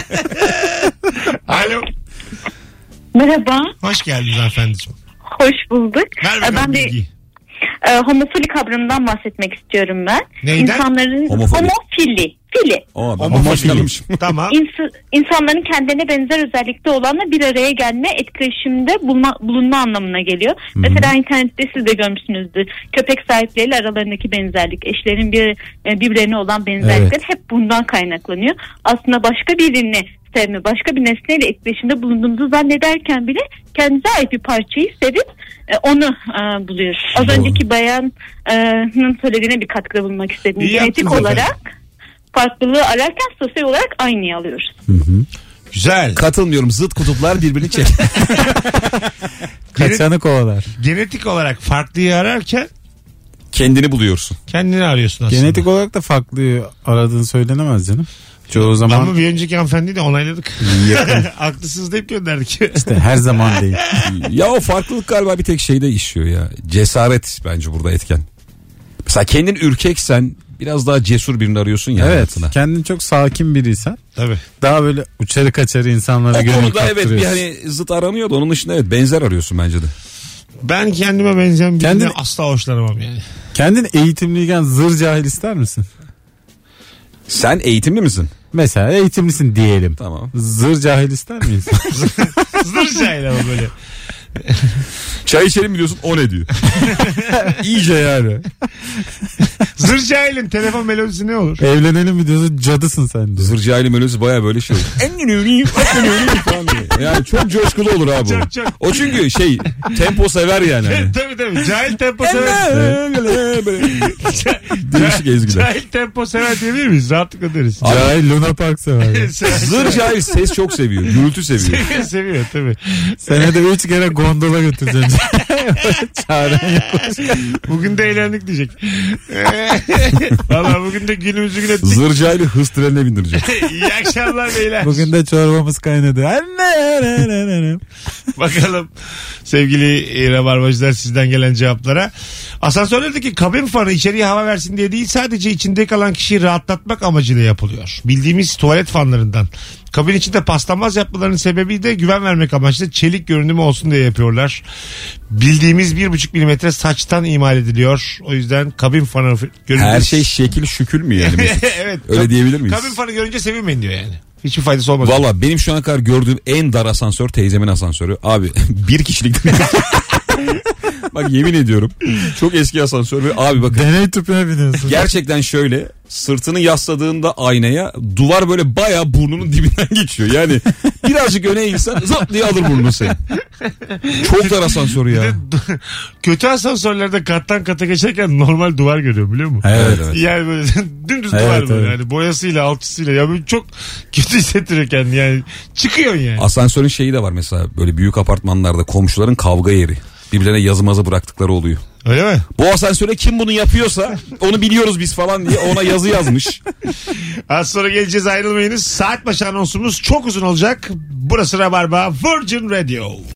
Alo. Merhaba. Hoş geldiniz hanımefendiciğim. Hoş bulduk. Ver ben de e, homofili kavramından bahsetmek istiyorum ben. Neyden? İnsanların homofili. homofili. Fili. O, homofili. Tamam. İns- insanların kendine benzer özellikte olanla bir araya gelme, etkileşimde bulma, bulunma anlamına geliyor. Hı-hı. Mesela internette siz de görmüşsünüzdür. Köpek sahipleriyle aralarındaki benzerlik, eşlerin bir birbirlerine olan benzerlikler evet. hep bundan kaynaklanıyor. Aslında başka birini sevme, başka bir nesneyle etkileşimde bulunduğumuzu zannederken bile kendinize ait bir parçayı sevip e, onu e, buluyoruz. Az Doğru. önceki bayanın söylediğine bir katkıda bulunmak istedim. İyi Genetik olarak efendim. Farklılığı ararken sosyal olarak aynıyı alıyoruz. Hı hı. Güzel. Katılmıyorum. Zıt kutuplar birbirini çek. Kaçanı kovalar. Genetik olarak farklıyı ararken kendini buluyorsun. Kendini arıyorsun aslında. Genetik olarak da farklıyı aradığını söylenemez canım. Çoğu zaman. Ama bir önceki hanımefendiyi de onayladık. Haklısınız deyip gönderdik. İşte her zaman değil. Ya o farklılık galiba bir tek şeyde işiyor ya. Cesaret bence burada etken. Mesela kendin ürkeksen biraz daha cesur birini arıyorsun ya. Evet. Hayatına. Kendin çok sakin biriysen. Tabii. Daha böyle uçarı kaçarı insanlara göre kaptırıyorsun. O konuda evet bir hani zıt aranıyor da onun dışında evet benzer arıyorsun bence de. Ben kendime benzeyen birine kendin, asla hoşlanamam yani. Kendin eğitimliyken zır cahil ister misin? Sen eğitimli misin? Mesela eğitimlisin diyelim. Tamam. Zır cahil ister miyiz? Zır cahil ama böyle. Çay içelim biliyorsun o ne diyor. İyice yani. Zır cahilin telefon melodisi ne olur? Evlenelim mi diyorsun cadısın sen diyor. Zır cahilin melodisi baya böyle şey. Yani çok coşkulu olur abi. Çok, çok. O çünkü şey tempo sever yani. Hani. Tabii tabii cahil tempo sever. Değişik ezgiler. Cahil tempo sever diyebilir miyiz? Rahatlıkla deriz. Cahil Luna Park sever. Zır cahil ses çok seviyor. Gürültü seviyor. Seviyor seviyor tabii. Senede üç kere gondola götüreceksin. Çaren yok. Bugün de eğlendik diyecek. Valla bugün de günümüzü gün ettik. Zır cahili hız trenine bindirecek. İyi akşamlar beyler. Bugün de çorbamız kaynadı. Bakalım sevgili rabarbacılar sizden gelen cevaplara. Asansörlerdeki kabin fanı içeriye hava versin diye değil sadece içinde kalan kişiyi rahatlatmak amacıyla yapılıyor. Bildiğimiz tuvalet fanlarından. Kabin içinde paslanmaz yapmalarının sebebi de güven vermek amaçlı çelik görünümü olsun diye yapıyorlar. Bildiğimiz bir buçuk milimetre saçtan imal ediliyor. O yüzden kabin fanı görünümü. Her şey şekil şükül mü yani? Evet. Öyle diyebilir miyiz? Kabin fanı görünce sevinmeyin diyor yani. Hiçbir faydası olmaz. Valla benim şu ana kadar gördüğüm en dar asansör teyzemin asansörü. Abi bir kişilik. Bak yemin ediyorum. Çok eski asansör ve abi bakın. Deney tüpüne biniyorsun. Gerçekten şöyle sırtını yasladığında aynaya duvar böyle bayağı burnunun dibinden geçiyor. Yani birazcık öne eğilsen zap diye alır burnunu seni. Çok dar asansör ya. Kötü asansörlerde kattan kata geçerken normal duvar görüyorum biliyor musun? Evet, evet. Yani böyle dümdüz evet, duvar böyle. Evet. Yani boyasıyla alçısıyla. Ya böyle çok kötü hissettiriyor kendini yani. Çıkıyorsun yani. Asansörün şeyi de var mesela böyle büyük apartmanlarda komşuların kavga yeri. Birbirlerine yazı mazı bıraktıkları oluyor. Öyle mi? Bu asansöre kim bunu yapıyorsa onu biliyoruz biz falan diye ona yazı yazmış. Az sonra geleceğiz ayrılmayınız. Saat başı anonsumuz çok uzun olacak. Burası Rabarba Virgin Radio.